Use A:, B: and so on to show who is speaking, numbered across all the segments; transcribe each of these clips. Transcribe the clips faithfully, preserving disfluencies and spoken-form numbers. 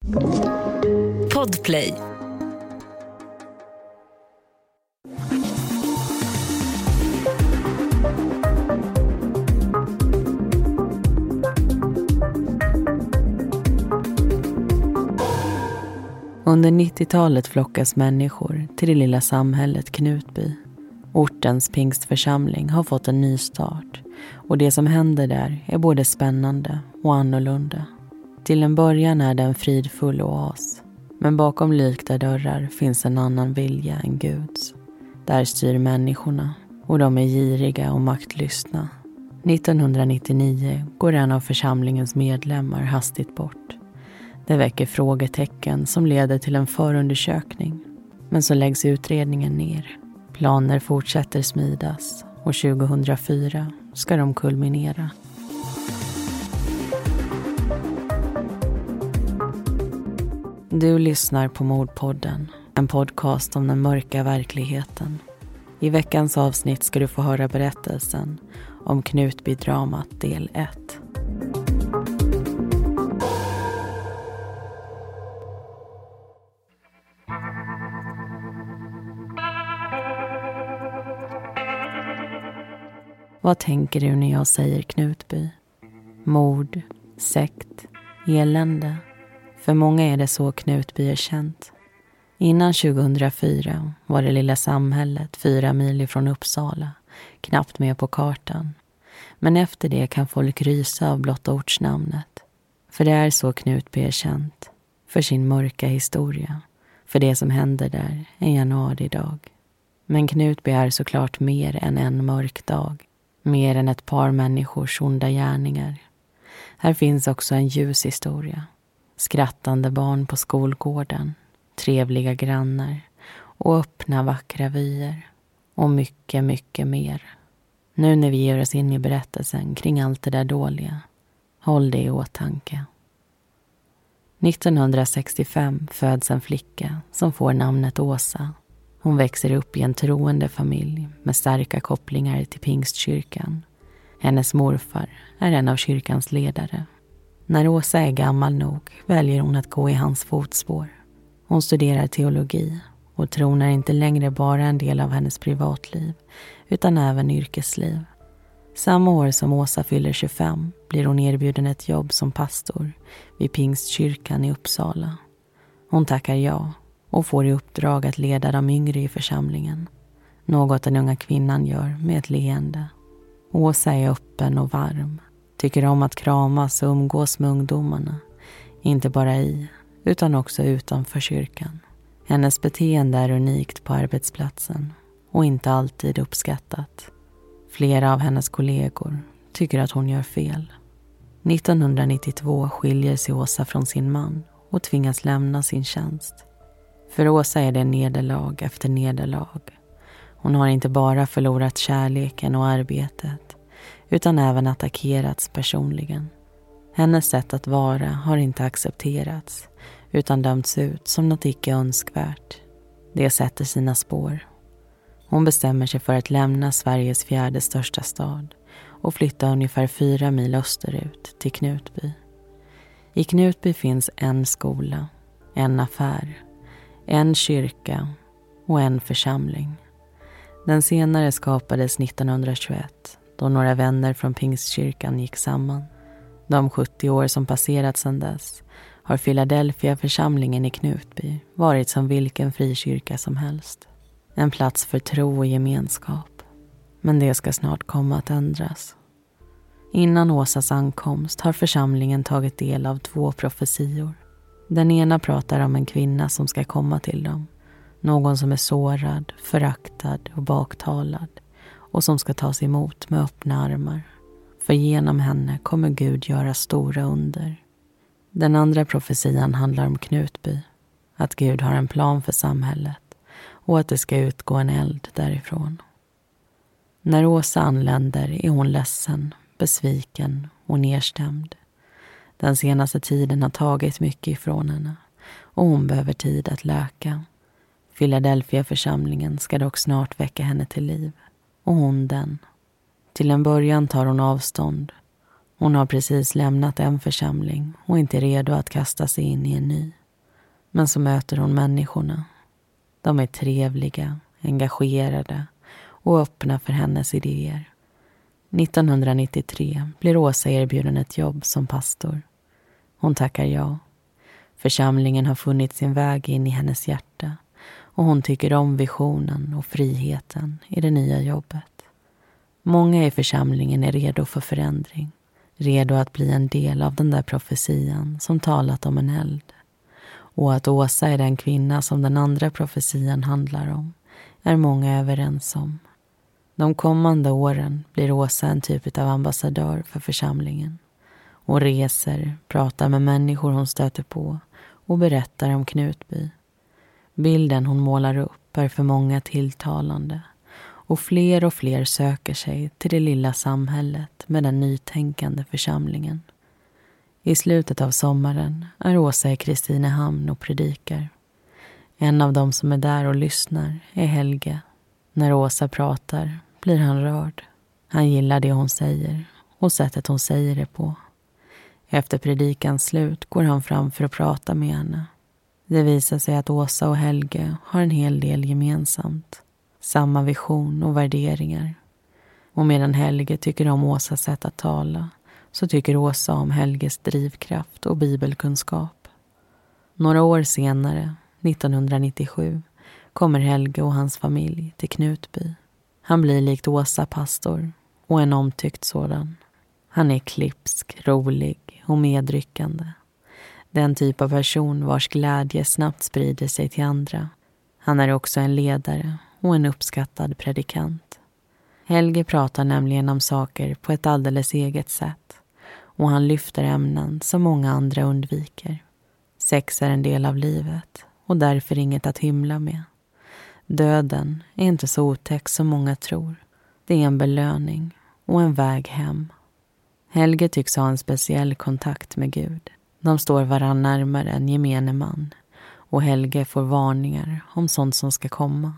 A: Podplay.
B: Under nittiotalet flockas människor till det lilla samhället Knutby. Ortens pingstförsamling har fått en ny start och det som händer där är både spännande och annorlunda. Till en början är det en fridfull oas, men bakom lykta dörrar finns en annan vilja än Guds. Där styr människorna och de är giriga och maktlystna. nittonhundranittionio går en av församlingens medlemmar hastigt bort. Det väcker frågetecken som leder till en förundersökning. Men så läggs utredningen ner. Planer fortsätter smidas och tjugohundrafyra ska de kulminera. Du lyssnar på Mordpodden, en podcast om den mörka verkligheten. I veckans avsnitt ska du få höra berättelsen om Knutby-dramat del ett. Vad tänker du när jag säger Knutby? Mord, sekt, elände. För många är det så Knutby är känt. Innan tjugohundrafyra var det lilla samhället fyra mil ifrån Uppsala, knappt med på kartan. Men efter det kan folk rysa av blotta ortsnamnet. För det är så Knutby är känt. För sin mörka historia. För det som händer där en januaridag. Men Knutby är såklart mer än en mörk dag. Mer än ett par människors onda gärningar. Här finns också en ljus historia. Skrattande barn på skolgården. Trevliga grannar. Och öppna vackra vyer. Och mycket, mycket mer. Nu när vi ger oss in i berättelsen kring allt det där dåliga. Håll det i åtanke. nittonhundrasextiofem föds en flicka som får namnet Åsa. Hon växer upp i en troende familj med starka kopplingar till Pingstkyrkan. Hennes morfar är en av kyrkans ledare. När Åsa är gammal nog väljer hon att gå i hans fotspår. Hon studerar teologi och tron är inte längre bara en del av hennes privatliv utan även yrkesliv. Samma år som Åsa fyller tjugofem blir hon erbjuden ett jobb som pastor vid Pingstkyrkan i Uppsala. Hon tackar ja och får i uppdrag att leda de yngre i församlingen. Något den unga kvinnan gör med ett leende. Åsa är öppen och varm. Tycker om att kramas och umgås med ungdomarna. Inte bara i, utan också utanför kyrkan. Hennes beteende är unikt på arbetsplatsen och inte alltid uppskattat. Flera av hennes kollegor tycker att hon gör fel. nittonhundranittiotvå skiljer sig Åsa från sin man och tvingas lämna sin tjänst. För Åsa är det nederlag efter nederlag. Hon har inte bara förlorat kärleken och arbetet utan även attackerats personligen. Hennes sätt att vara har inte accepterats utan dömts ut som något icke önskvärt. Det sätter sina spår. Hon bestämmer sig för att lämna Sveriges fjärde största stad och flytta ungefär fyra mil österut till Knutby. I Knutby finns en skola, en affär, en kyrka och en församling. Den senare skapades nittonhundratjugoett då några vänner från Pingstkyrkan gick samman. De sjuttio år som passerat sedan dess har Philadelphia-församlingen i Knutby varit som vilken frikyrka som helst. En plats för tro och gemenskap. Men det ska snart komma att ändras. Innan Åsas ankomst har församlingen tagit del av två profetior. Den ena pratar om en kvinna som ska komma till dem. Någon som är sårad, föraktad och baktalad. Och som ska tas emot med öppna armar. För genom henne kommer Gud göra stora under. Den andra profetian handlar om Knutby. Att Gud har en plan för samhället. Och att det ska utgå en eld därifrån. När Åsa anländer är hon ledsen, besviken och nedstämd. Den senaste tiden har tagit mycket ifrån henne. Och hon behöver tid att läka. Philadelphia-församlingen ska dock snart väcka henne till liv. Och hon den. Till en början tar hon avstånd. Hon har precis lämnat en församling och inte är redo att kasta sig in i en ny. Men så möter hon människorna. De är trevliga, engagerade och öppna för hennes idéer. nittonhundranittiotre blir Åsa erbjuden ett jobb som pastor. Hon tackar ja. Församlingen har funnit sin väg in i hennes hjärta och hon tycker om visionen och friheten i det nya jobbet. Många i församlingen är redo för förändring, redo att bli en del av den där profetian som talat om en eld. Och att Åsa är den kvinna som den andra profetian handlar om är många överens om. De kommande åren blir Åsa en typ av ambassadör för församlingen. Hon reser, pratar med människor hon stöter på och berättar om Knutby. Bilden hon målar upp är för många tilltalande och fler och fler söker sig till det lilla samhället med den nytänkande församlingen. I slutet av sommaren är Åsa i Kristinehamn och predikar. En av dem som är där och lyssnar är Helge. När Åsa pratar blir han rörd. Han gillar det hon säger och sättet hon säger det på. Efter predikans slut går han fram för att prata med henne. Det visar sig att Åsa och Helge har en hel del gemensamt. Samma vision och värderingar. Och medan Helge tycker om Åsas sätt att tala så tycker Åsa om Helges drivkraft och bibelkunskap. Några år senare, nittonhundranittiosju, kommer Helge och hans familj till Knutby. Han blir likt Åsa pastor och en omtyckt sådan. Han är klipsk, rolig och medryckande. Den typ av person vars glädje snabbt sprider sig till andra. Han är också en ledare och en uppskattad predikant. Helge pratar nämligen om saker på ett alldeles eget sätt. Och han lyfter ämnen som många andra undviker. Sex är en del av livet och därför inget att hymla med. Döden är inte så otäck som många tror. Det är en belöning och en väg hem. Helge tycks ha en speciell kontakt med Gud. De står varann närmare än gemene man. Och Helge får varningar om sånt som ska komma.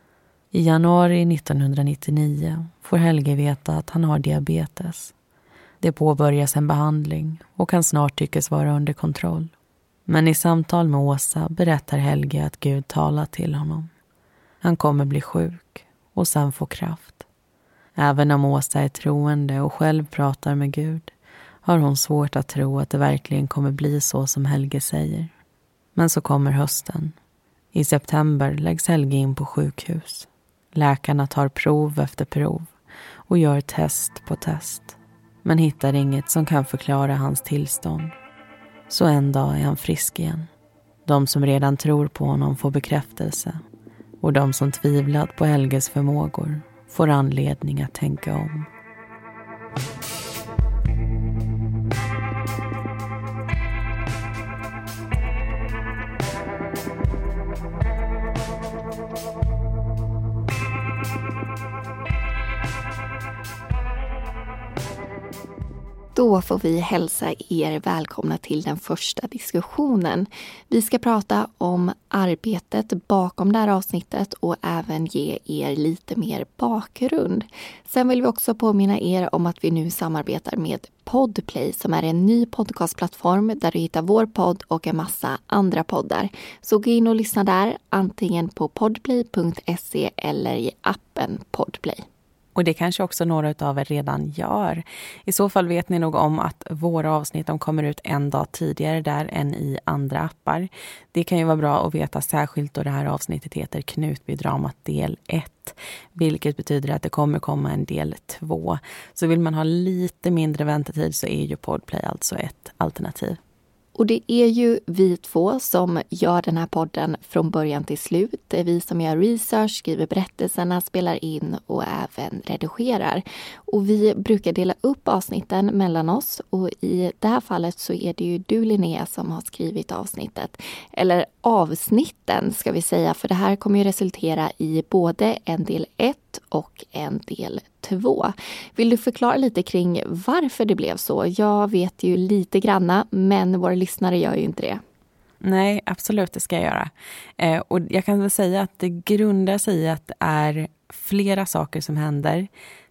B: I januari nittonhundranittionio får Helge veta att han har diabetes. Det påbörjas en behandling och kan snart tyckas vara under kontroll. Men i samtal med Åsa berättar Helge att Gud talar till honom. Han kommer bli sjuk och sen få kraft. Även om Åsa är troende och själv pratar med Gud har hon svårt att tro att det verkligen kommer bli så som Helge säger. Men så kommer hösten. I september läggs Helge in på sjukhus. Läkarna tar prov efter prov och gör test på test. Men hittar inget som kan förklara hans tillstånd. Så en dag är han frisk igen. De som redan tror på honom får bekräftelse. Och de som tvivlat på Helges förmågor får anledning att tänka om.
A: Då får vi hälsa er välkomna till den första diskussionen. Vi ska prata om arbetet bakom det här avsnittet och även ge er lite mer bakgrund. Sen vill vi också påminna er om att vi nu samarbetar med Podplay som är en ny podcastplattform där du hittar vår podd och en massa andra poddar. Så gå in och lyssna där antingen på podplay punkt se eller i appen Podplay.
B: Och det kanske också några av er redan gör. I så fall vet ni nog om att våra avsnitt de kommer ut en dag tidigare där än i andra appar. Det kan ju vara bra att veta särskilt då det här avsnittet heter Knutbydramat del ett. Vilket betyder att det kommer komma en del två. Så vill man ha lite mindre väntetid så är ju Podplay alltså ett alternativ.
A: Och det är ju vi två som gör den här podden från början till slut. Det är vi som gör research, skriver berättelserna, spelar in och även redigerar. Och vi brukar dela upp avsnitten mellan oss. Och i det här fallet så är det ju du, Linnea, som har skrivit avsnittet. Eller avsnitten ska vi säga, för det här kommer ju resultera i både en del ett och en del två. Vill du förklara lite kring varför det blev så? Jag vet ju lite granna, men våra lyssnare gör ju inte det.
B: Nej, absolut, det ska jag göra. Eh, och jag kan väl säga att det grundar sig i att det är flera saker som händer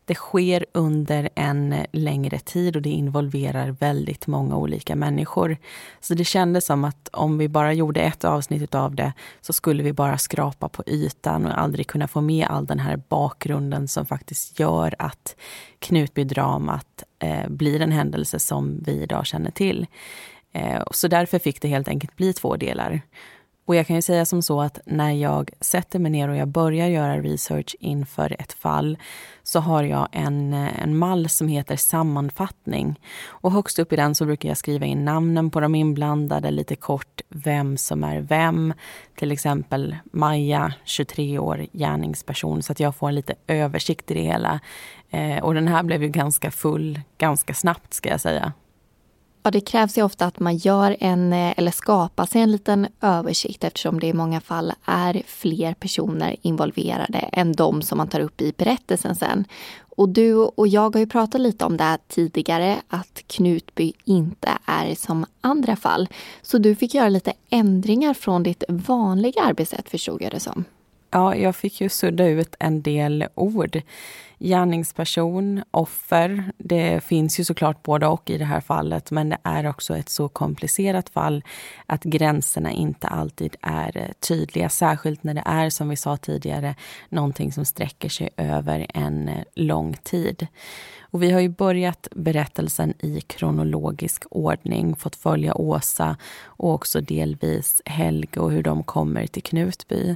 B: det sker under en längre tid och det involverar väldigt många olika människor. Så det kändes som att om vi bara gjorde ett avsnitt av det så skulle vi bara skrapa på ytan och aldrig kunna få med all den här bakgrunden som faktiskt gör att Knutbydramat eh, blir en händelse som vi idag känner till. Eh, så därför fick det helt enkelt bli två delar. Och jag kan ju säga som så att när jag sätter mig ner och jag börjar göra research inför ett fall så har jag en, en mall som heter sammanfattning. Och högst upp i den så brukar jag skriva in namnen på de inblandade, lite kort vem som är vem. Till exempel Maja, tjugotre år, gärningsperson, så att jag får en lite översikt i det hela. Eh, och den här blev ju ganska full, ganska snabbt ska jag säga.
A: Ja, det krävs ju ofta att man gör en eller skapar sig en liten översikt eftersom det i många fall är fler personer involverade än de som man tar upp i berättelsen sen. Och du och jag har ju pratat lite om det här tidigare, att Knutby inte är som andra fall. Så du fick göra lite ändringar från ditt vanliga arbetssätt, förstod jag det som.
B: Ja, jag fick ju sudda ut en del ord. Gärningsperson, offer, det finns ju såklart både och i det här fallet, men det är också ett så komplicerat fall att gränserna inte alltid är tydliga, särskilt när det är, som vi sa tidigare, någonting som sträcker sig över en lång tid. Och vi har ju börjat berättelsen i kronologisk ordning, fått följa Åsa och också delvis Helge och hur de kommer till Knutby.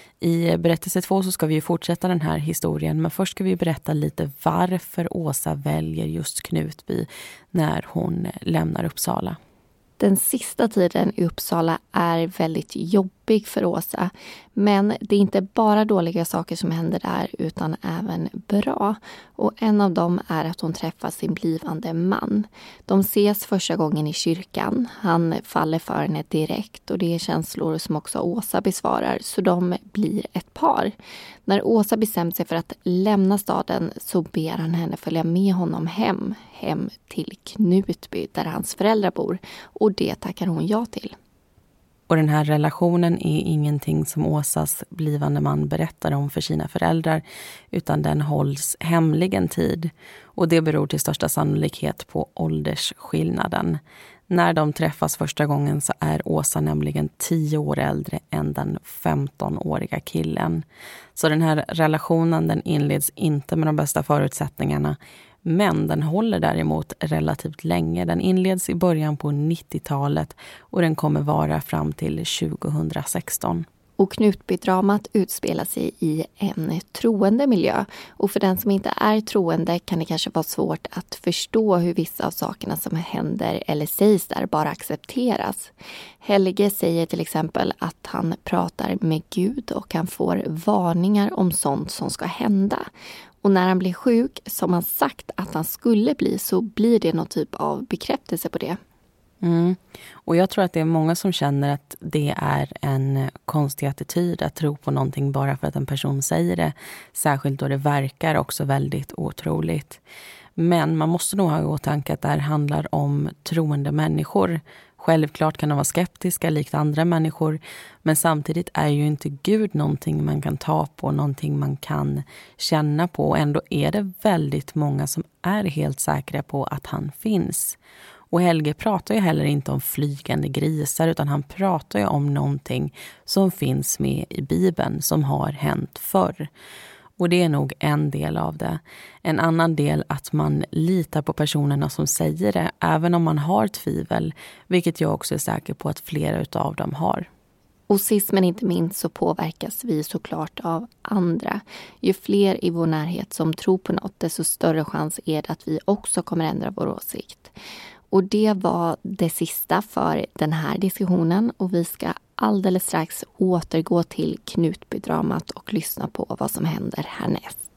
B: I berättelse två så ska vi ju fortsätta den här historien, men först ska vi berätta lite varför Åsa väljer just Knutby när hon lämnar Uppsala.
A: Den sista tiden i Uppsala är väldigt jobbig för Åsa. Men det är inte bara dåliga saker som händer där utan även bra. Och en av dem är att hon träffar sin blivande man. De ses första gången i kyrkan. Han faller för henne direkt och det är känslor som också Åsa besvarar. Så de blir ett par. När Åsa bestämt sig för att lämna staden så ber han henne följa med honom hem. Hem till Knutby där hans föräldrar bor. Och det tackar hon ja till.
B: Och den här relationen är ingenting som Åsas blivande man berättar om för sina föräldrar, utan den hålls hemlig en tid. Och det beror till största sannolikhet på åldersskillnaden. När de träffas första gången så är Åsa nämligen tio år äldre än den femtonåriga killen. Så den här relationen, den inleds inte med de bästa förutsättningarna. Men den håller däremot relativt länge. Den inleds i början på nittiotalet och den kommer vara fram till tjugohundrasexton.
A: Och Knutbydramat utspelar sig i en troende miljö. Och för den som inte är troende kan det kanske vara svårt att förstå hur vissa av sakerna som händer eller sägs där bara accepteras. Helge säger till exempel att han pratar med Gud och han får varningar om sånt som ska hända. Och när han blir sjuk, som han sagt att han skulle bli, så blir det någon typ av bekräftelse på det.
B: Mm. Och jag tror att det är många som känner att det är en konstig attityd att tro på någonting bara för att en person säger det. Särskilt då det verkar också väldigt otroligt. Men man måste nog ha i åtanke att det här handlar om troende människor. Självklart kan de vara skeptiska likt andra människor, men samtidigt är ju inte Gud någonting man kan ta på, någonting man kan känna på. Och ändå är det väldigt många som är helt säkra på att han finns. Och Helge pratar ju heller inte om flygande grisar, utan han pratar ju om någonting som finns med i Bibeln, som har hänt förr. Och det är nog en del av det. En annan del att man litar på personerna som säger det, även om man har tvivel, vilket jag också är säker på att flera av dem har.
A: Och sist men inte minst så påverkas vi såklart av andra. Ju fler i vår närhet som tror på något, desto större chans är det att vi också kommer ändra vår åsikt. Och det var det sista för den här diskussionen och vi ska alldeles strax återgå till Knutbydramat och lyssna på vad som händer härnäst.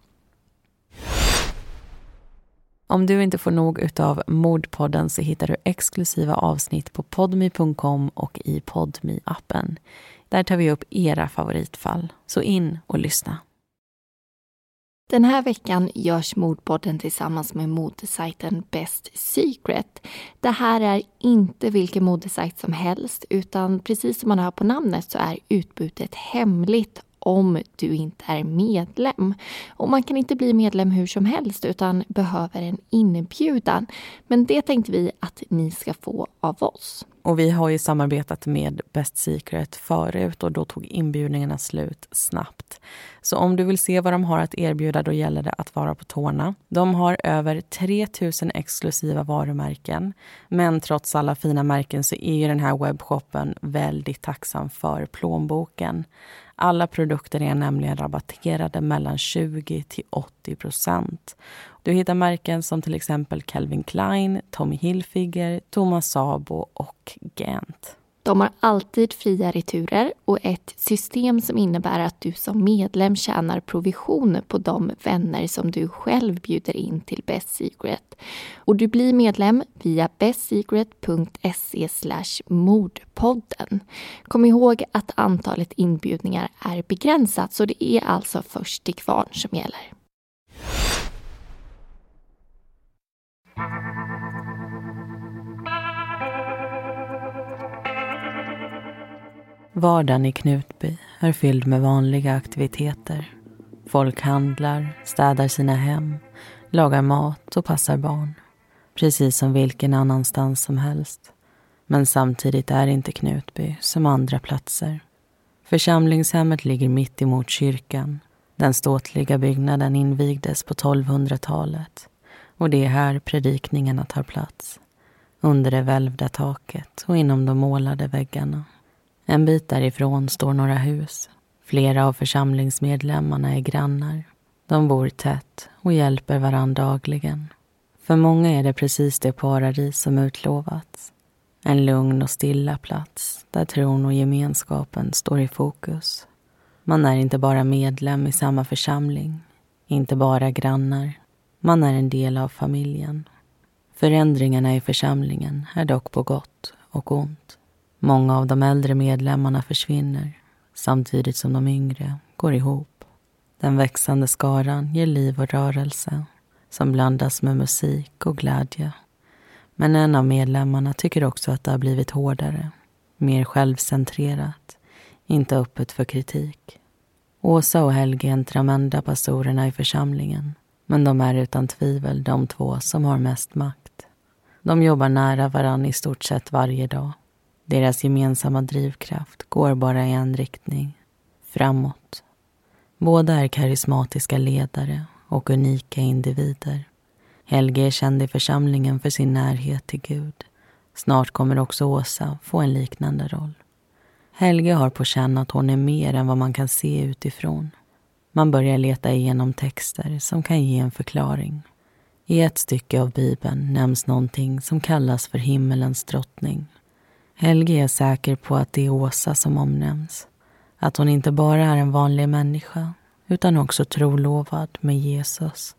B: Om du inte får nog utav Mordpodden så hittar du exklusiva avsnitt på podme punkt com och i Podme-appen. Där tar vi upp era favoritfall, så in och lyssna.
A: Den här veckan görs Mordpodden tillsammans med modesajten Best Secret. Det här är inte vilken modesajt som helst, utan precis som man hör på namnet så är utbudet hemligt om du inte är medlem. Och man kan inte bli medlem hur som helst utan behöver en inbjudan. Men det tänkte vi att ni ska få av oss.
B: Och vi har ju samarbetat med Best Secret förut och då tog inbjudningarna slut snabbt. Så om du vill se vad de har att erbjuda, då gäller det att vara på tårna. De har över tre tusen exklusiva varumärken. Men trots alla fina märken så är ju den här webbshoppen väldigt tacksam för plånboken. Alla produkter är nämligen rabatterade mellan tjugo till åttio procent. Du hittar märken som till exempel Calvin Klein, Tommy Hilfiger, Thomas Sabo och Gant.
A: De har alltid fria returer och ett system som innebär att du som medlem tjänar provision på de vänner som du själv bjuder in till Best Secret. Och du blir medlem via bestsecret.se slash mordpodden. Kom ihåg att antalet inbjudningar är begränsat, så det är alltså först till kvarn som gäller.
B: Vardagen i Knutby är fylld med vanliga aktiviteter. Folk handlar, städar sina hem, lagar mat och passar barn. Precis som vilken annanstans som helst. Men samtidigt är inte Knutby som andra platser. Församlingshemmet ligger mitt emot kyrkan. Den ståtliga byggnaden invigdes på tolvhundratalet. Och det är här predikningarna tar plats. Under det välvda taket och inom de målade väggarna. En bit därifrån står några hus. Flera av församlingsmedlemmarna är grannar. De bor tätt och hjälper varandra dagligen. För många är det precis det paradis som utlovats. En lugn och stilla plats där tron och gemenskapen står i fokus. Man är inte bara medlem i samma församling, inte bara grannar. Man är en del av familjen. Förändringarna i församlingen är dock på gott och ont. Många av de äldre medlemmarna försvinner, samtidigt som de yngre går ihop. Den växande skaran ger liv och rörelse, som blandas med musik och glädje. Men en av medlemmarna tycker också att det har blivit hårdare, mer självcentrerat, inte öppet för kritik. Åsa och Helge är inte de enda pastorerna i församlingen, men de är utan tvivel de två som har mest makt. De jobbar nära varann i stort sett varje dag. Deras gemensamma drivkraft går bara i en riktning, framåt. Båda är karismatiska ledare och unika individer. Helge är känd i församlingen för sin närhet till Gud. Snart kommer också Åsa få en liknande roll. Helge har på känn att hon är mer än vad man kan se utifrån. Man börjar leta igenom texter som kan ge en förklaring. I ett stycke av Bibeln nämns någonting som kallas för himmelens drottning. Helge är säker på att det är Åsa som omnämns. Att hon inte bara är en vanlig människa utan också trolovad med Jesus.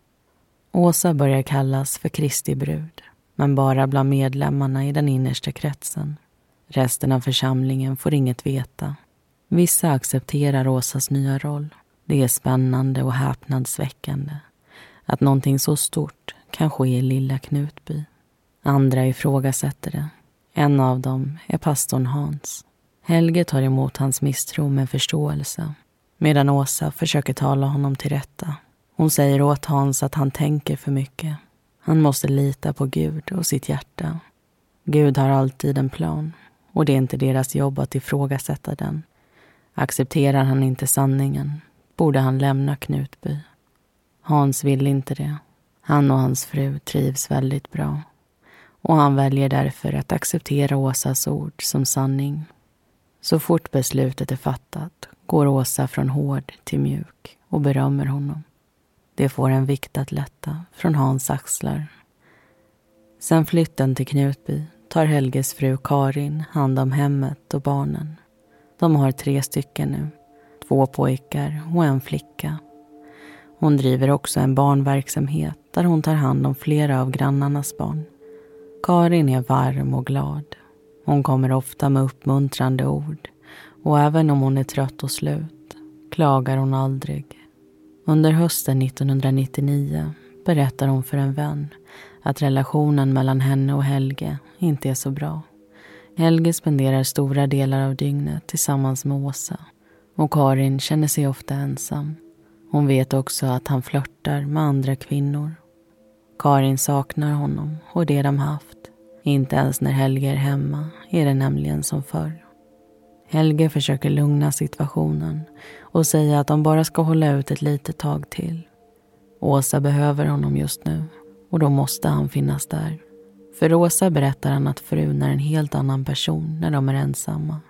B: Åsa börjar kallas för Kristi brud, men bara bland medlemmarna i den innersta kretsen. Resten av församlingen får inget veta. Vissa accepterar Åsas nya roll. Det är spännande och häpnadsväckande att någonting så stort kan ske i lilla Knutby. Andra ifrågasätter det. En av dem är pastorn Hans. Helge tar emot hans misstro med förståelse, medan Åsa försöker tala honom till rätta. Hon säger åt Hans att han tänker för mycket. Han måste lita på Gud och sitt hjärta. Gud har alltid en plan, och det är inte deras jobb att ifrågasätta den. Accepterar han inte sanningen, borde han lämna Knutby. Hans vill inte det. Han och hans fru trivs väldigt bra. Och han väljer därför att acceptera Åsas ord som sanning. Så fort beslutet är fattat går Åsa från hård till mjuk och berömmer honom. Det får en vikt att lätta från Hans axlar. Sen flytten till Knutby tar Helges fru Karin hand om hemmet och barnen. De har tre stycken nu, två pojkar och en flicka. Hon driver också en barnverksamhet där hon tar hand om flera av grannarnas barn. Karin är varm och glad. Hon kommer ofta med uppmuntrande ord, och även om hon är trött och slut klagar hon aldrig. Under hösten nittonhundranittionio berättar hon för en vän att relationen mellan henne och Helge inte är så bra. Helge spenderar stora delar av dygnet tillsammans med Åsa, Och Karin känner sig ofta ensam. Hon vet också att han flörtar med andra kvinnor. Karin saknar honom och det de haft. Inte ens när Helge är hemma är det nämligen som förr. Helge försöker lugna situationen och säga att de bara ska hålla ut ett litet tag till. Åsa behöver honom just nu och då måste han finnas där. För Åsa berättar han att frun är en helt annan person när de är ensamma.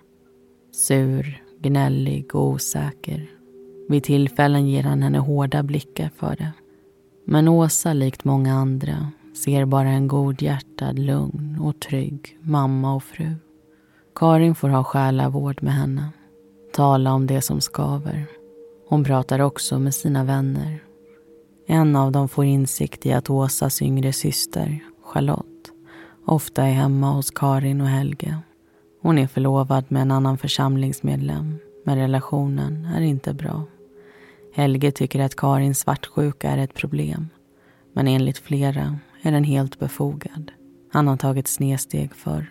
B: Sur, gnällig och osäker. Vid tillfällen ger han henne hårda blickar för det. Men Åsa, likt många andra, ser bara en godhjärtad, lugn och trygg mamma och fru. Karin får ha själavård med henne. Tala om det som skaver. Hon pratar också med sina vänner. En av dem får insikt i att Åsas yngre syster, Charlotte, ofta är hemma hos Karin och Helge. Hon är förlovad med en annan församlingsmedlem, men relationen är inte bra. Helge tycker att Karins svartsjuka är ett problem, men enligt flera är den helt befogad. Han har tagit snedsteg förr.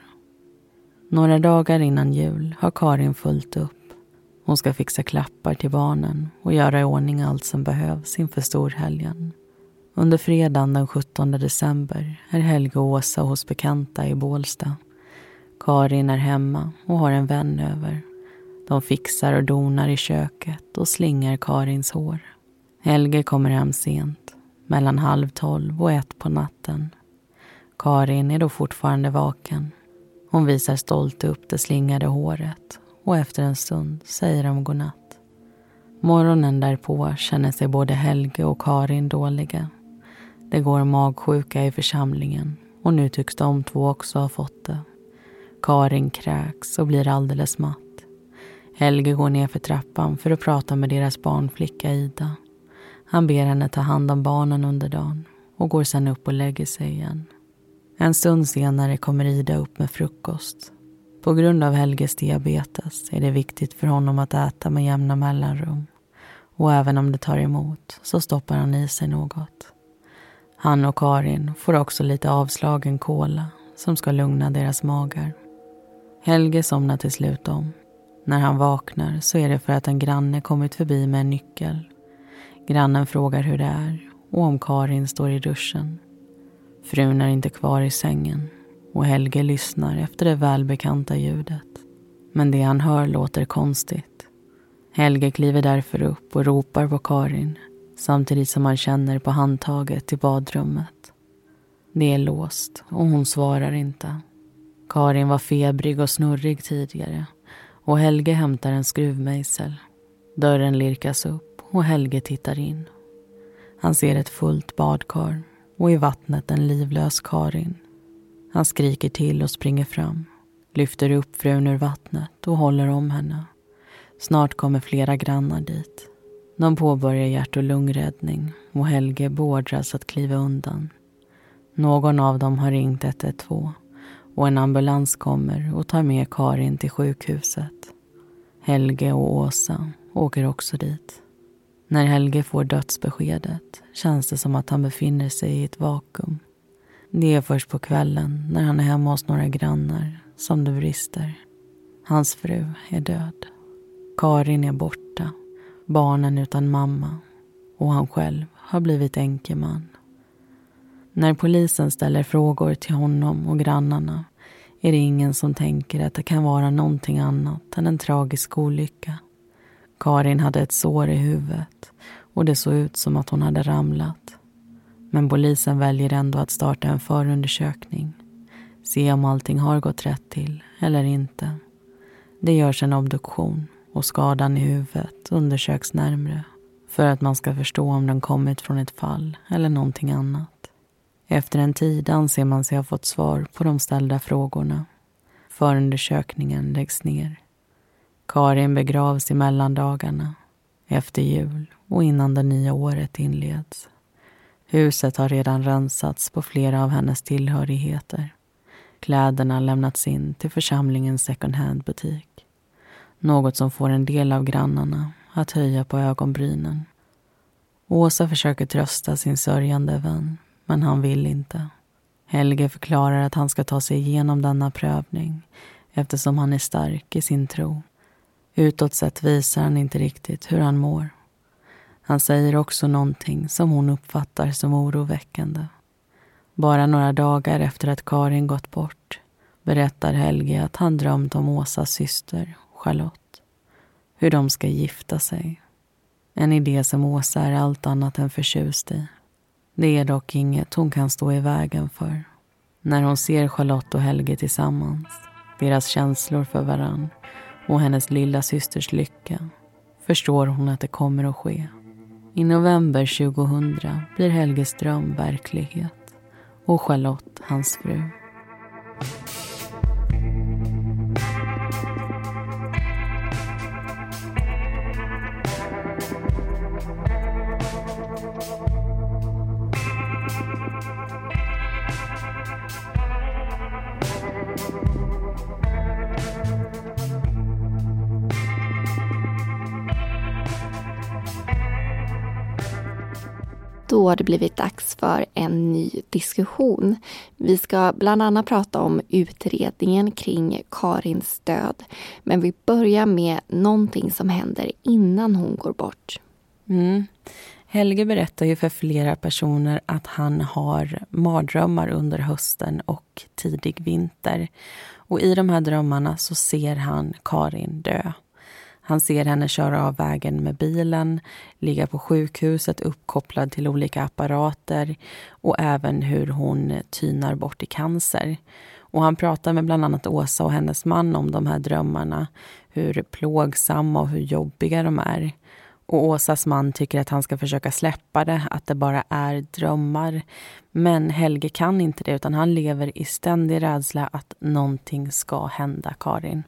B: Några dagar innan jul har Karin fullt upp. Hon ska fixa klappar till barnen och göra i ordning allt som behövs inför storhelgen. Under fredagen den sjuttonde december är Helge och Åsa hos bekanta i Bålsta. Karin är hemma och har en vän över. De fixar och donar i köket och slingar Karins hår. Helge kommer hem sent, mellan halv tolv och ett på natten. Karin är då fortfarande vaken. Hon visar stolt upp det slingade håret och efter en stund säger de godnatt. Morgonen därpå känner sig både Helge och Karin dåliga. Det går magsjuka i församlingen och nu tycks de två också ha fått det. Karin kräks och blir alldeles matt. Helge går ner för trappan för att prata med deras barnflicka Ida. Han ber henne ta hand om barnen under dagen och går sedan upp och lägger sig igen. En stund senare kommer Ida upp med frukost. På grund av Helges diabetes är det viktigt för honom att äta med jämna mellanrum. Och även om det tar emot så stoppar han i sig något. Han och Karin får också lite avslagen kola som ska lugna deras magar. Helge somnar till slut om. När han vaknar så är det för att en granne kommit förbi med en nyckel. Grannen frågar hur det är och om Karin står i duschen. Frun är inte kvar i sängen och Helge lyssnar efter det välbekanta ljudet. Men det han hör låter konstigt. Helge kliver därför upp och ropar på Karin samtidigt som han känner på handtaget till badrummet. Det är låst och hon svarar inte. Karin var febrig och snurrig tidigare och Helge hämtar en skruvmejsel. Dörren lirkas upp och Helge tittar in. Han ser ett fullt badkar och i vattnet en livlös Karin. Han skriker till och springer fram, lyfter upp frun ur vattnet och håller om henne. Snart kommer flera grannar dit. De påbörjar hjärt- och lungräddning och Helge beordras att kliva undan. Någon av dem har ringt ett ett två och en ambulans kommer och tar med Karin till sjukhuset. Helge och Åsa åker också dit. När Helge får dödsbeskedet känns det som att han befinner sig i ett vakuum. Det är först på kvällen när han är hemma hos några grannar som det brister. Hans fru är död. Karin är borta. Barnen utan mamma. Och han själv har blivit enkeman. När polisen ställer frågor till honom och grannarna är det ingen som tänker att det kan vara någonting annat än en tragisk olycka. Karin hade ett sår i huvudet och det såg ut som att hon hade ramlat. Men polisen väljer ändå att starta en förundersökning. Se om allting har gått rätt till eller inte. Det görs en obduktion och skadan i huvudet undersöks närmare för att man ska förstå om den kommit från ett fall eller någonting annat. Efter en tid anser man sig ha fått svar på de ställda frågorna. Förundersökningen läggs ner. Karin begravs i mellandagarna, efter jul och innan det nya året inleds. Huset har redan rensats på flera av hennes tillhörigheter. Kläderna lämnats in till församlingens second hand-butik. Något som får en del av grannarna att höja på ögonbrynen. Åsa försöker trösta sin sörjande vän, men han vill inte. Helge förklarar att han ska ta sig igenom denna prövning eftersom han är stark i sin tro. Utåt sett visar han inte riktigt hur han mår. Han säger också någonting som hon uppfattar som oroväckande. Bara några dagar efter att Karin gått bort berättar Helge att han drömt om Åsas syster, Charlotte. Hur de ska gifta sig. En idé som Åsa är allt annat än förtjust i. Det är dock inget hon kan stå i vägen för. När hon ser Charlotte och Helge tillsammans, deras känslor för varann och hennes lilla systers lycka, förstår hon att det kommer att ske. I november tjugohundra blir Helges dröm verklighet och Charlotte hans fru.
A: Då har det blivit dags för en ny diskussion. Vi ska bland annat prata om utredningen kring Karins död. Men vi börjar med någonting som händer innan hon går bort.
B: Mm. Helge berättar ju för flera personer att han har mardrömmar under hösten och tidig vinter. Och i de här drömmarna så ser han Karin dö. Han ser henne köra av vägen med bilen, ligga på sjukhuset uppkopplad till olika apparater och även hur hon tynar bort i cancer. Och han pratar med bland annat Åsa och hennes man om de här drömmarna, hur plågsamma och hur jobbiga de är. Och Åsas man tycker att han ska försöka släppa det, att det bara är drömmar. Men Helge kan inte det, utan han lever i ständig rädsla att någonting ska hända Karin.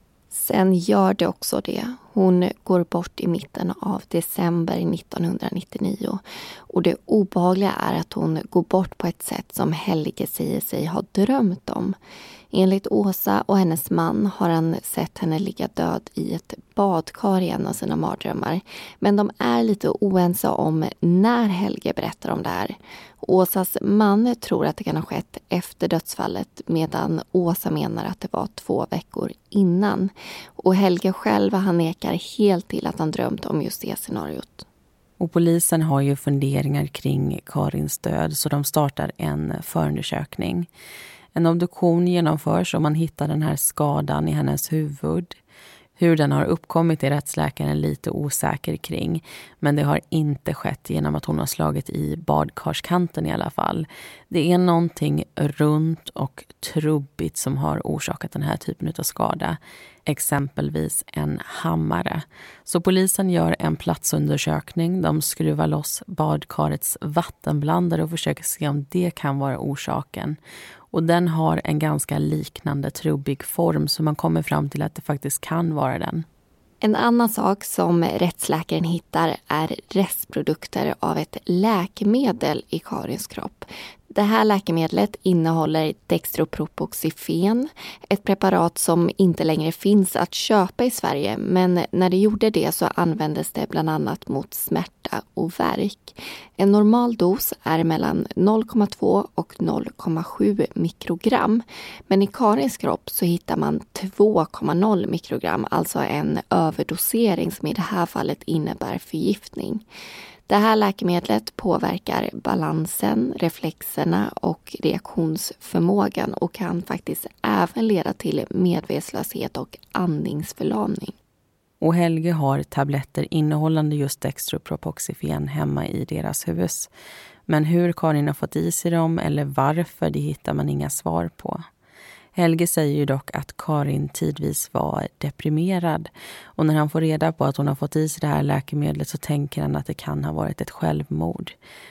A: Sen gör det också det. Hon går bort i mitten av december nittonhundranittionio. Och det obehagliga är att hon går bort på ett sätt som Helge säger sig ha drömt om. Enligt Åsa och hennes man har han sett henne ligga död i ett badkar i en av sina mardrömmar. Men de är lite oense om när Helge berättar om det här. Åsas man tror att det kan ha skett efter dödsfallet, medan Åsa menar att det var två veckor innan. Och Helge själv han nekar helt till att han drömt om just det scenariot.
B: Och polisen har ju funderingar kring Karins död, så de startar en förundersökning. En obduktion genomförs och man hittar den här skadan i hennes huvud. Hur den har uppkommit är rättsläkaren lite osäker kring. Men det har inte skett genom att hon har slagit i badkarskanten i alla fall. Det är någonting runt och trubbigt som har orsakat den här typen av skada. Exempelvis en hammare. Så polisen gör en platsundersökning. De skruvar loss badkarets vattenblandare och försöker se om det kan vara orsaken. Och den har en ganska liknande trubbig form, så man kommer fram till att det faktiskt kan vara den.
A: En annan sak som rättsläkaren hittar är restprodukter av ett läkemedel i Karins kropp. Det här läkemedlet innehåller dextropropoxifen, ett preparat som inte längre finns att köpa i Sverige, men när det gjorde det så användes det bland annat mot smärta och värk. En normal dos är mellan noll komma två och noll komma sju mikrogram, men i Karins kropp så hittar man två komma noll mikrogram, alltså en överdosering som i det här fallet innebär förgiftning. Det här läkemedlet påverkar balansen, reflexerna och reaktionsförmågan och kan faktiskt även leda till medvetslöshet och andningsförlamning.
B: Och Helge har tabletter innehållande just dextropropoxifen hemma i deras hus. Men hur Karin har fått i sig dem eller varför, det hittar man inga svar på. Helge säger ju dock att Karin tidvis var deprimerad, och när han får reda på att hon har fått i sig det här läkemedlet så tänker han att det kan ha varit ett självmord.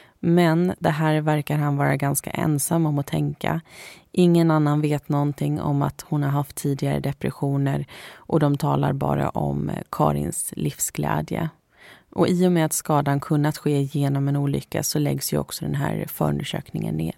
B: Men det här verkar han vara ganska ensam om att tänka. Ingen annan vet någonting om att hon har haft tidigare depressioner, och de talar bara om Karins livsglädje. Och i och med att skadan kunnat ske genom en olycka så läggs ju också den här förundersökningen ner.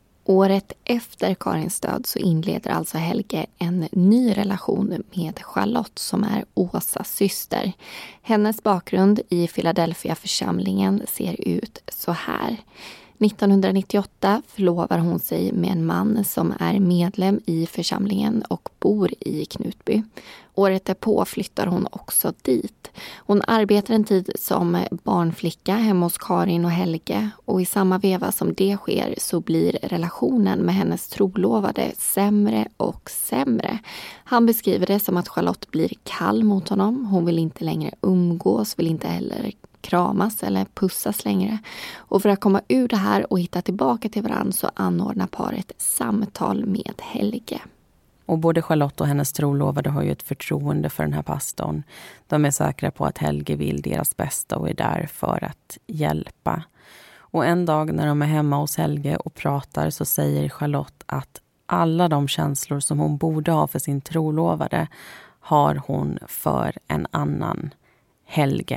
A: Året efter Karins död så inleder alltså Helge en ny relation med Charlotte som är Åsas syster. Hennes bakgrund i Philadelphia-församlingen ser ut så här. nittonhundranittioåtta förlovar hon sig med en man som är medlem i församlingen och bor i Knutby. Året därpå flyttar hon också dit. Hon arbetar en tid som barnflicka hemma hos Karin och Helge, och i samma veva som det sker så blir relationen med hennes trolovade sämre och sämre. Han beskriver det som att Charlotte blir kall mot honom. Hon vill inte längre umgås, vill inte heller kramas eller pussas längre. Och för att komma ur det här och hitta tillbaka till varandra så anordnar paret samtal med Helge.
B: Och både Charlotte och hennes trolovade har ju ett förtroende för den här pastorn. De är säkra på att Helge vill deras bästa och är där för att hjälpa. Och en dag när de är hemma hos Helge och pratar så säger Charlotte att alla de känslor som hon borde ha för sin trolovade har hon för en annan, Helge.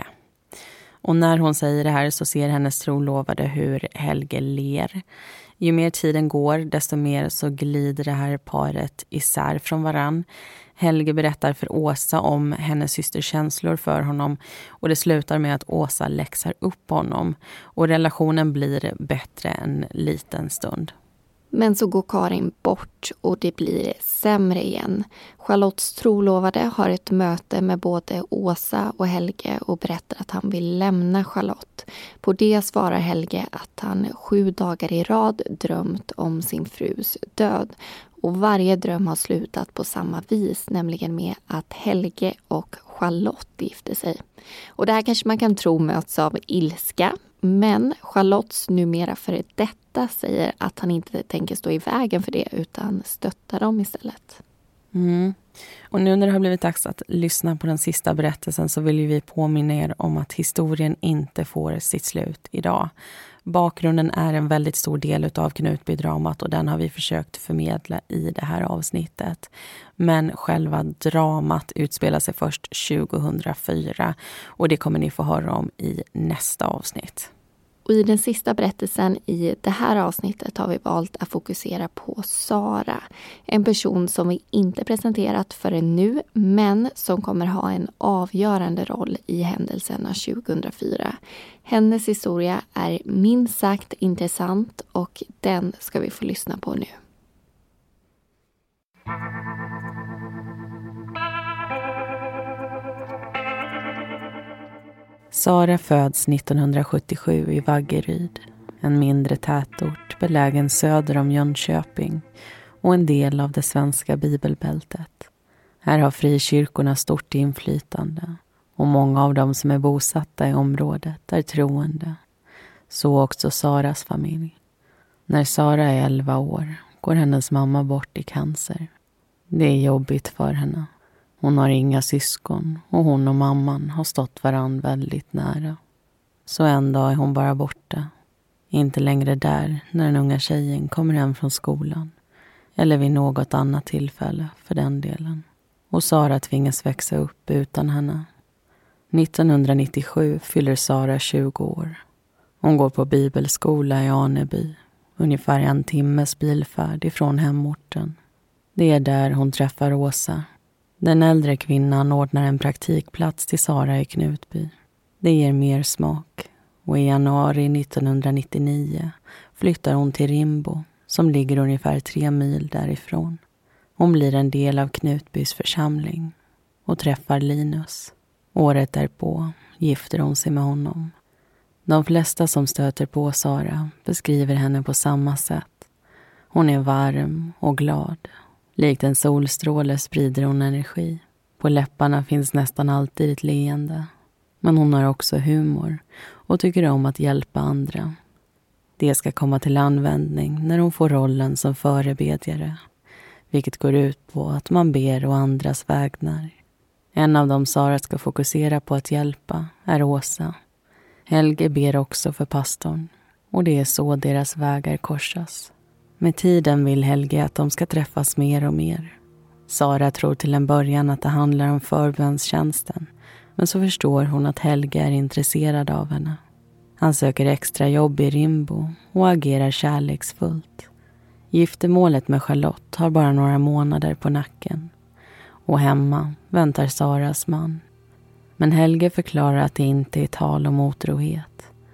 B: Och när hon säger det här så ser hennes trolovade hur Helge ler. Ju mer tiden går, desto mer så glider det här paret isär från varann. Helge berättar för Åsa om hennes systers känslor för honom, och det slutar med att Åsa läxar upp honom. Och relationen blir bättre en liten stund.
A: Men så går Karin bort och det blir sämre igen. Charlottes trolovade har ett möte med både Åsa och Helge och berättar att han vill lämna Charlotte. På det svarar Helge att han sju dagar i rad drömt om sin frus död. Och varje dröm har slutat på samma vis, nämligen med att Helge och Charlotte gifter sig. Och det här kanske man kan tro möts av ilska. Men Charlottes numera före detta säger att han inte tänker stå i vägen för det utan stöttar dem istället.
B: Mm. Och nu när det har blivit dags att lyssna på den sista berättelsen så vill vi påminna er om att historien inte får sitt slut idag. Bakgrunden är en väldigt stor del av Knutby-dramat och den har vi försökt förmedla i det här avsnittet. Men själva dramat utspelar sig först tjugohundrafyra och det kommer ni få höra om i nästa avsnitt.
A: Och i den sista berättelsen i det här avsnittet har vi valt att fokusera på Sara. En person som vi inte presenterat förrän nu, men som kommer ha en avgörande roll i händelserna tjugohundrafyra. Hennes historia är minst sagt intressant och den ska vi få lyssna på nu.
B: Sara föds nittonhundrasjuttiosju i Vaggeryd, en mindre tätort belägen söder om Jönköping och en del av det svenska bibelbältet. Här har frikyrkorna stort inflytande och många av dem som är bosatta i området är troende. Så också Saras familj. När Sara är elva år går hennes mamma bort i cancer. Det är jobbigt för henne. Hon har inga syskon och hon och mamman har stått varann väldigt nära. Så en dag är hon bara borta. Inte längre där när den unga tjejen kommer hem från skolan. Eller vid något annat tillfälle för den delen. Och Sara tvingas växa upp utan henne. nittonhundranittiosju fyller Sara tjugo år. Hon går på bibelskola i Aneby. Ungefär en timmes bilfärd ifrån hemorten. Det är där hon träffar Åsa. Den äldre kvinnan ordnar en praktikplats till Sara i Knutby. Det ger mer smak och i januari nittonhundranittionio flyttar hon till Rimbo som ligger ungefär tre mil därifrån. Hon blir en del av Knutbys församling och träffar Linus. Året därpå gifter hon sig med honom. De flesta som stöter på Sara beskriver henne på samma sätt. Hon är varm och glad. Likt en solstråle sprider hon energi. På läpparna finns nästan alltid ett leende. Men hon har också humor och tycker om att hjälpa andra. Det ska komma till användning när hon får rollen som förebedjare. Vilket går ut på att man ber å andras vägnar. En av dem Sara ska fokusera på att hjälpa är Åsa. Helge ber också för pastorn. Och det är så deras vägar korsas. Med tiden vill Helge att de ska träffas mer och mer. Sara tror till en början att det handlar om förbönstjänsten. Men så förstår hon att Helge är intresserad av henne. Han söker extra jobb i Rimbo och agerar kärleksfullt. Giftermålet med Charlotte har bara några månader på nacken. Och hemma väntar Saras man. Men Helge förklarar att det inte är tal om otrohet.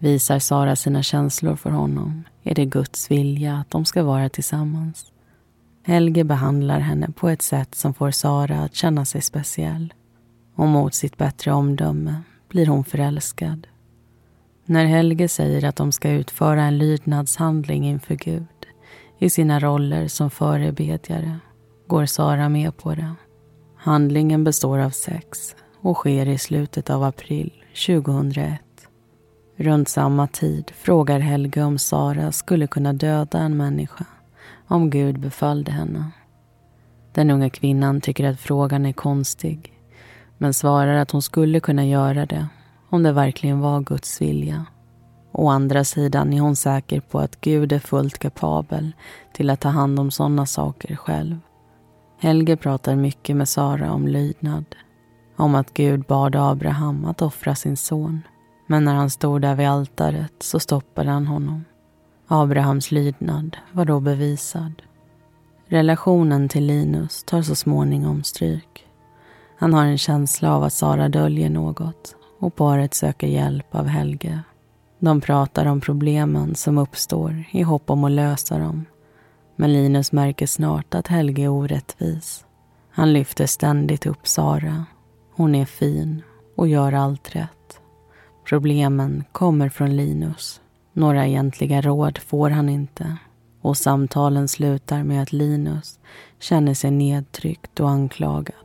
B: Visar Sara sina känslor för honom är det Guds vilja att de ska vara tillsammans. Helge behandlar henne på ett sätt som får Sara att känna sig speciell. Och mot sitt bättre omdöme blir hon förälskad. När Helge säger att de ska utföra en lydnadshandling inför Gud i sina roller som förebedjare går Sara med på det. Handlingen består av sex och sker i slutet av april tjugohundraett. Runt samma tid frågar Helge om Sara skulle kunna döda en människa om Gud befallde henne. Den unga kvinnan tycker att frågan är konstig, men svarar att hon skulle kunna göra det om det verkligen var Guds vilja. Å andra sidan är hon säker på att Gud är fullt kapabel till att ta hand om sådana saker själv. Helge pratar mycket med Sara om lydnad, om att Gud bad Abraham att offra sin son. Men när han stod där vid altaret så stoppade han honom. Abrahams lydnad var då bevisad. Relationen till Linus tar så småningom stryk. Han har en känsla av att Sara döljer något och paret söker hjälp av Helge. De pratar om problemen som uppstår i hopp om att lösa dem. Men Linus märker snart att Helge är orättvis. Han lyfter ständigt upp Sara. Hon är fin och gör allt rätt. Problemen kommer från Linus. Några egentliga råd får han inte. Och samtalen slutar med att Linus känner sig nedtryckt och anklagad.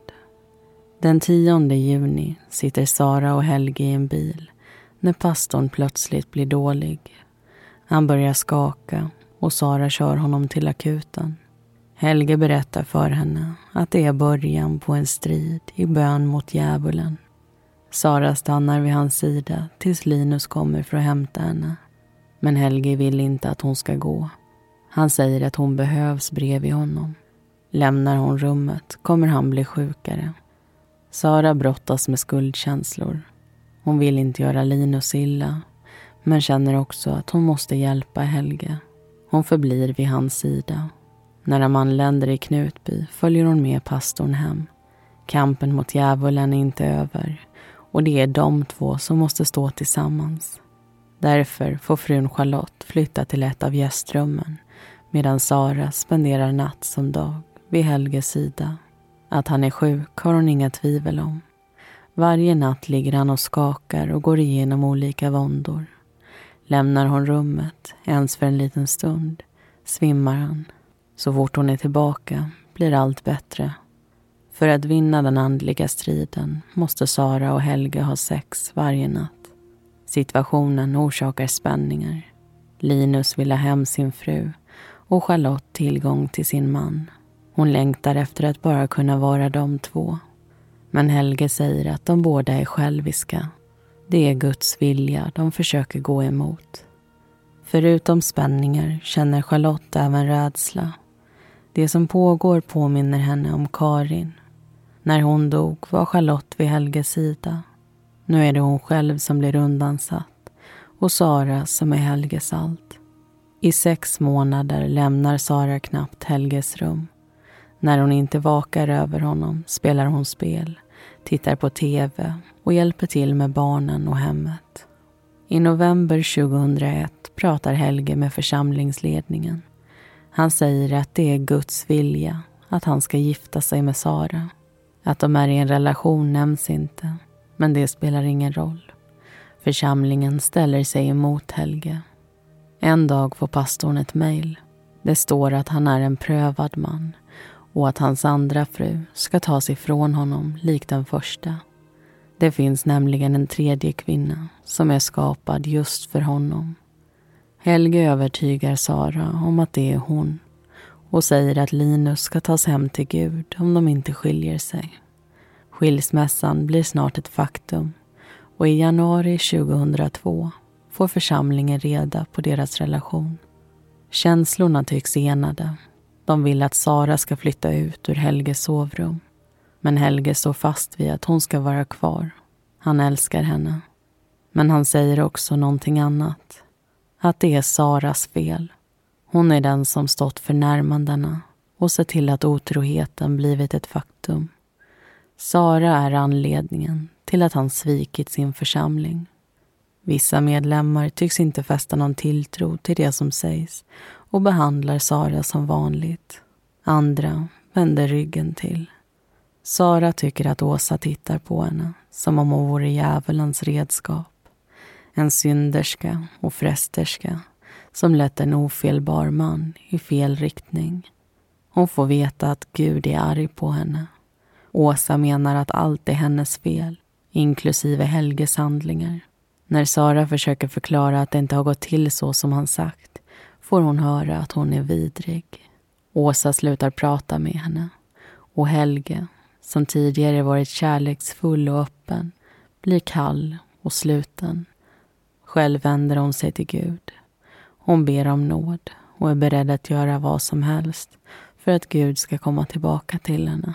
B: Den tionde juni sitter Sara och Helge i en bil när pastorn plötsligt blir dålig. Han börjar skaka och Sara kör honom till akuten. Helge berättar för henne att det är början på en strid i bön mot djävulen. Sara stannar vid hans sida tills Linus kommer för att hämta henne. Men Helge vill inte att hon ska gå. Han säger att hon behövs bredvid honom. Lämnar hon rummet kommer han bli sjukare. Sara brottas med skuldkänslor. Hon vill inte göra Linus illa, men känner också att hon måste hjälpa Helge. Hon förblir vid hans sida. När de anländer i Knutby följer hon med pastorn hem. Kampen mot djävulen är inte över. Och det är de två som måste stå tillsammans. Därför får frun Charlotte flytta till ett av gästrummen medan Sara spenderar natt som dag vid Helges sida. Att han är sjuk har hon inga tvivel om. Varje natt ligger han och skakar och går igenom olika våndor. Lämnar hon rummet, ens för en liten stund, svimmar han. Så fort hon är tillbaka blir allt bättre. För att vinna den andliga striden måste Sara och Helge ha sex varje natt. Situationen orsakar spänningar. Linus vill ha hem sin fru och Charlotte tillgång till sin man. Hon längtar efter att bara kunna vara de två. Men Helge säger att de båda är själviska. Det är Guds vilja de försöker gå emot. Förutom spänningar känner Charlotte även rädsla. Det som pågår påminner henne om Karin. När hon dog var Charlotte vid Helges sida. Nu är det hon själv som blir undansatt och Sara som är Helges allt. I sex månader lämnar Sara knappt Helges rum. När hon inte vakar över honom spelar hon spel, tittar på tv och hjälper till med barnen och hemmet. I november tjugohundraett pratar Helge med församlingsledningen. Han säger att det är Guds vilja att han ska gifta sig med Sara. Att de är i en relation nämns inte, men det spelar ingen roll. Församlingen ställer sig emot Helge. En dag får pastorn ett mejl. Det står att han är en prövad man och att hans andra fru ska tas ifrån honom likt den första. Det finns nämligen en tredje kvinna som är skapad just för honom. Helge övertygar Sara om att det är hon och säger att Linus ska tas hem till Gud om de inte skiljer sig. Skilsmässan blir snart ett faktum och i januari tjugohundratvå får församlingen reda på deras relation. Känslorna tycks enade. De vill att Sara ska flytta ut ur Helges sovrum. Men Helge står fast vid att hon ska vara kvar. Han älskar henne. Men han säger också någonting annat. Att det är Saras fel. Hon är den som stått för närmandena och sett till att otroheten blivit ett faktum. Sara är anledningen till att han svikit sin församling. Vissa medlemmar tycks inte fästa någon tilltro till det som sägs och behandlar Sara som vanligt. Andra vänder ryggen till. Sara tycker att Åsa tittar på henne som om hon vore djävulens redskap. En synderska och frästerska som lett en ofelbar man i fel riktning. Hon får veta att Gud är arg på henne. Åsa menar att allt är hennes fel, inklusive Helges handlingar. När Sara försöker förklara att det inte har gått till så som han sagt, får hon höra att hon är vidrig. Åsa slutar prata med henne. Och Helge, som tidigare varit kärleksfull och öppen, blir kall och sluten. Själv vänder hon sig till Gud. Hon ber om nåd och är beredd att göra vad som helst för att Gud ska komma tillbaka till henne.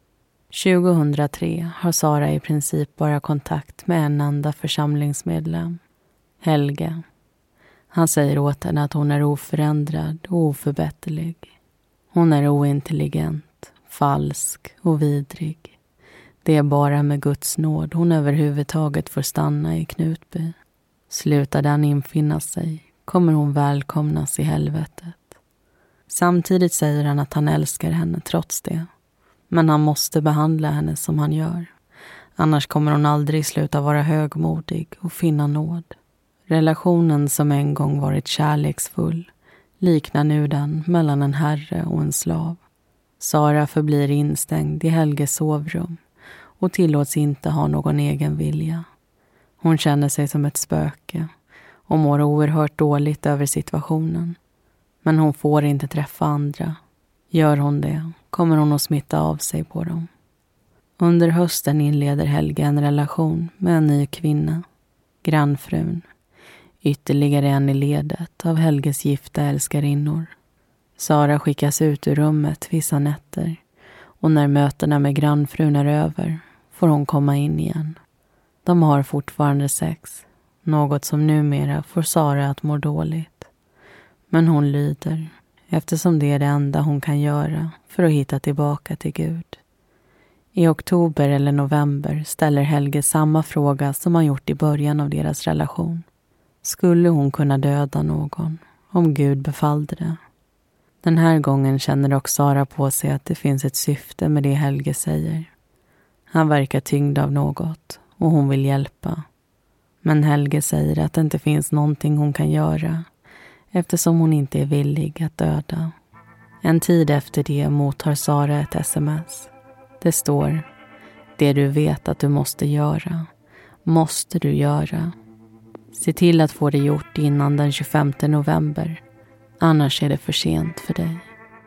B: tjugohundratre har Sara i princip bara kontakt med en enda församlingsmedlem, Helge. Han säger åt henne att hon är oförändrad och oförbätterlig. Hon är ointelligent, falsk och vidrig. Det är bara med Guds nåd hon överhuvudtaget får stanna i Knutby. Slutar den infinna sig kommer hon välkomnas i helvetet. Samtidigt säger han att han älskar henne trots det. Men han måste behandla henne som han gör. Annars kommer hon aldrig sluta vara högmodig och finna nåd. Relationen som en gång varit kärleksfull liknar nu den mellan en herre och en slav. Sara förblir instängd i Helges sovrum och tillåts inte ha någon egen vilja. Hon känner sig som ett spöke och mår oerhört dåligt över situationen. Men hon får inte träffa andra. Gör hon det kommer hon att smitta av sig på dem. Under hösten inleder Helge en relation med en ny kvinna, grannfrun. Ytterligare en i ledet av Helges gifta älskarinnor. Sara skickas ut ur rummet vissa nätter och när mötena med grannfrun är över får hon komma in igen. De har fortfarande sex, något som numera får Sara att må dåligt. Men hon lyder, eftersom det är det enda hon kan göra för att hitta tillbaka till Gud. I oktober eller november ställer Helge samma fråga som han gjort i början av deras relation. Skulle hon kunna döda någon om Gud befallde det? Den här gången känner dock Sara på sig att det finns ett syfte med det Helge säger. Han verkar tyngd av något och hon vill hjälpa. Men Helge säger att det inte finns någonting hon kan göra eftersom hon inte är villig att döda. En tid efter det mottar Sara ett sms. Det står: det du vet att du måste göra, måste du göra. Se till att få det gjort innan den tjugofemte november. Annars är det för sent för dig.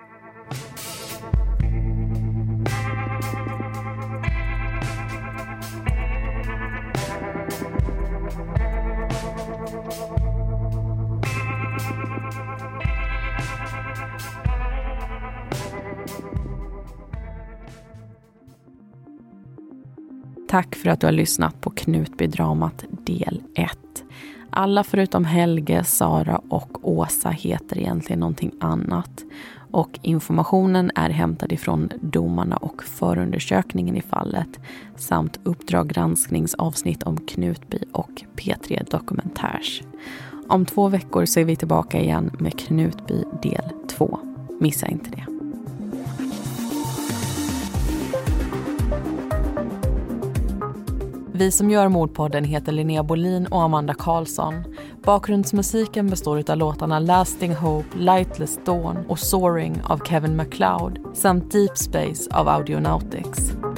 B: Tack för att du har lyssnat på Knutbydramat del ett. Alla förutom Helge, Sara och Åsa heter egentligen någonting annat. Och informationen är hämtad ifrån domarna och förundersökningen i fallet. Samt Uppdrag granskningsavsnitt om Knutby och P tre Dokumentärs. Om två veckor så är vi tillbaka igen med Knutby del två. Missa inte det. Vi som gör Mordpodden heter Linnea Bolin och Amanda Karlsson. Bakgrundsmusiken består av låtarna Lasting Hope, Lightless Dawn och Soaring av Kevin MacLeod samt Deep Space av Audionautics.